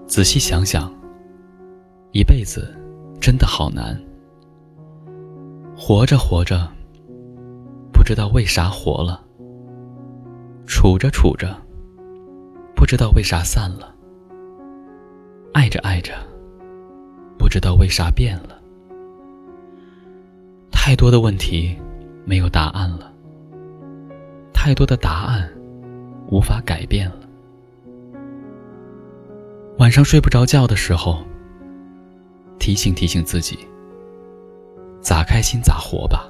仔细想想，一辈子真的好难。活着活着，不知道为啥活了；处着处着，不知道为啥散了；爱着爱着，不知道为啥变了。太多的问题没有答案了，太多的答案无法改变了。晚上睡不着觉的时候，提醒提醒自己，咋开心咋活吧。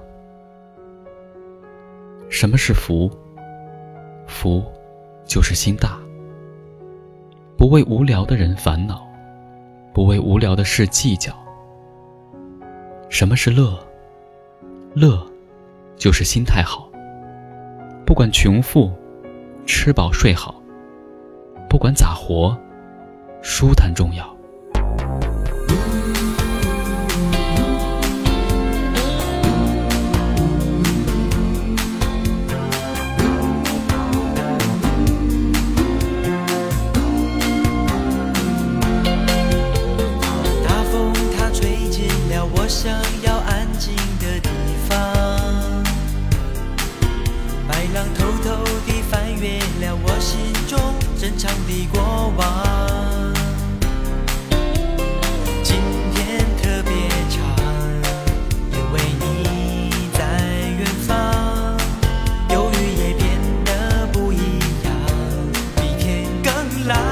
什么是福？福就是心大，不为无聊的人烦恼，不为无聊的事计较。什么是乐？乐就是心态好，不管穷富，吃饱睡好，不管咋活，舒坦重要。 大风它吹进了我想要安静的地方，白浪偷偷地翻越了我心中珍藏的过往。今天特别长，因为你在远方，忧郁也变得不一样，比天更蓝。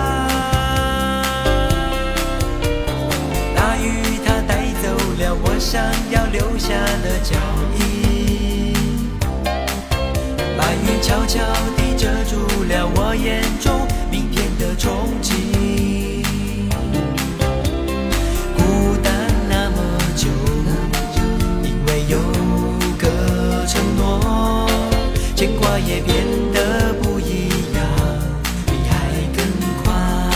大雨它带走了我想要留下的脚印，白云悄悄地遮住了我眼中明天的憧憬。孤单那么久，因为有个承诺，牵挂也变得不一样，比海更宽。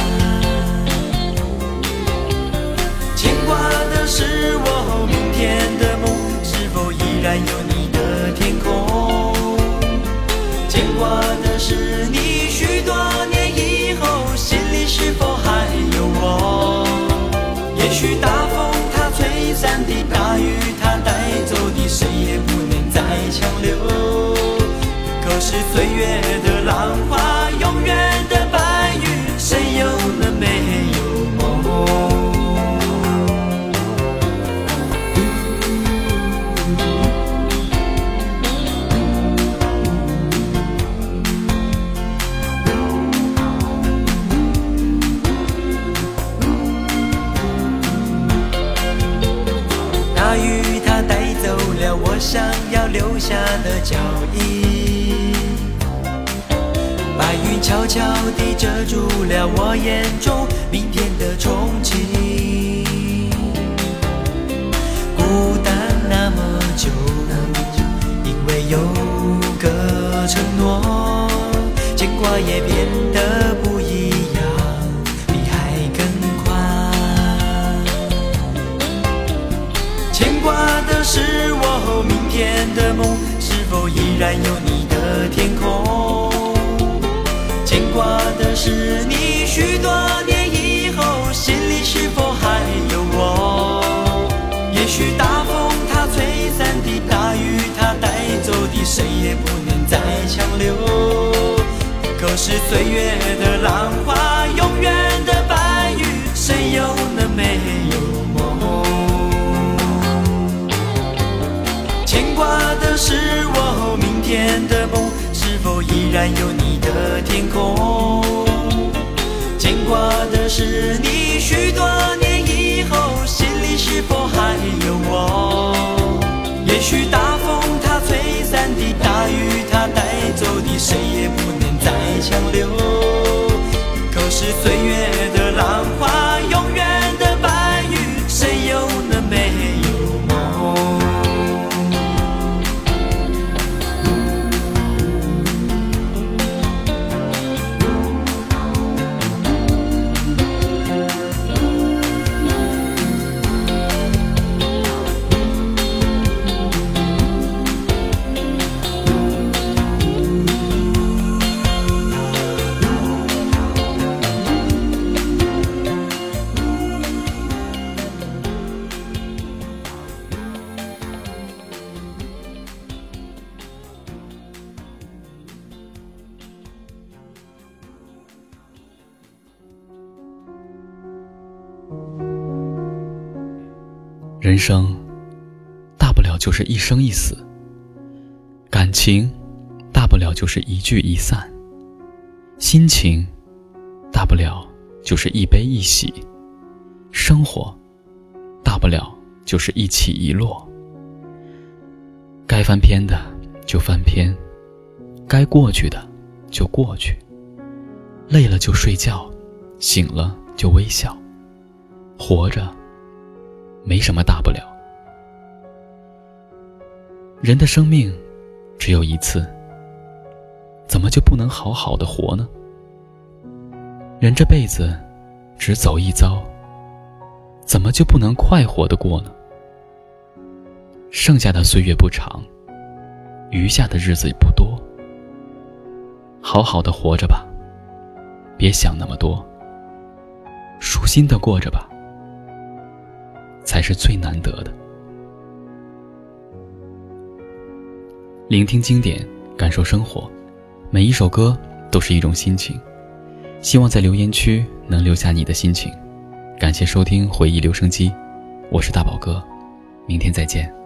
牵挂的是我明天的梦，是否依然有你的天空？牵挂的是你许多年以后，心里是否还有我？也许大风它吹散的，大雨它带走的，谁也不能再强留。可是岁月的浪花，永远的白云，谁又能没有梦？大雨它带走了我想要留下的脚印，白云悄悄地遮住了我眼中明天的憧憬。孤单那么久，因为有个承诺，牵挂也变得不一样，比海更宽。牵挂的是我明天的梦，是否依然有你的天空？牵挂的是你许多年以后，心里是否还有我？也许大风它吹散的，大雨它带走的，谁也不能再强留。可是岁月的浪花，永远的白云，谁又能没有梦？牵挂的是我明天的梦，是否依然有你的天空？牵挂的是你许多年以后，心里是否还有我？也许大风它吹散的，大雨它带走的，谁也不能再强留。可是岁月的浪花，永远的白云，谁又能没有梦？ 人生大不了就是一生一死，感情大不了就是一聚一散，心情大不了就是一悲一喜，生活大不了就是一起一落。该翻篇的就翻篇，该过去的就过去，累了就睡觉，醒了就微笑，活着没什么大不了。人的生命只有一次，怎么就不能好好的活呢？人这辈子只走一遭，怎么就不能快活的过呢？剩下的岁月不长，余下的日子也不多，好好的活着吧，别想那么多，舒心的过着吧，才是最难得的。聆听经典，感受生活，每一首歌都是一种心情。希望在留言区能留下你的心情。感谢收听回忆留声机，我是大宝哥，明天再见。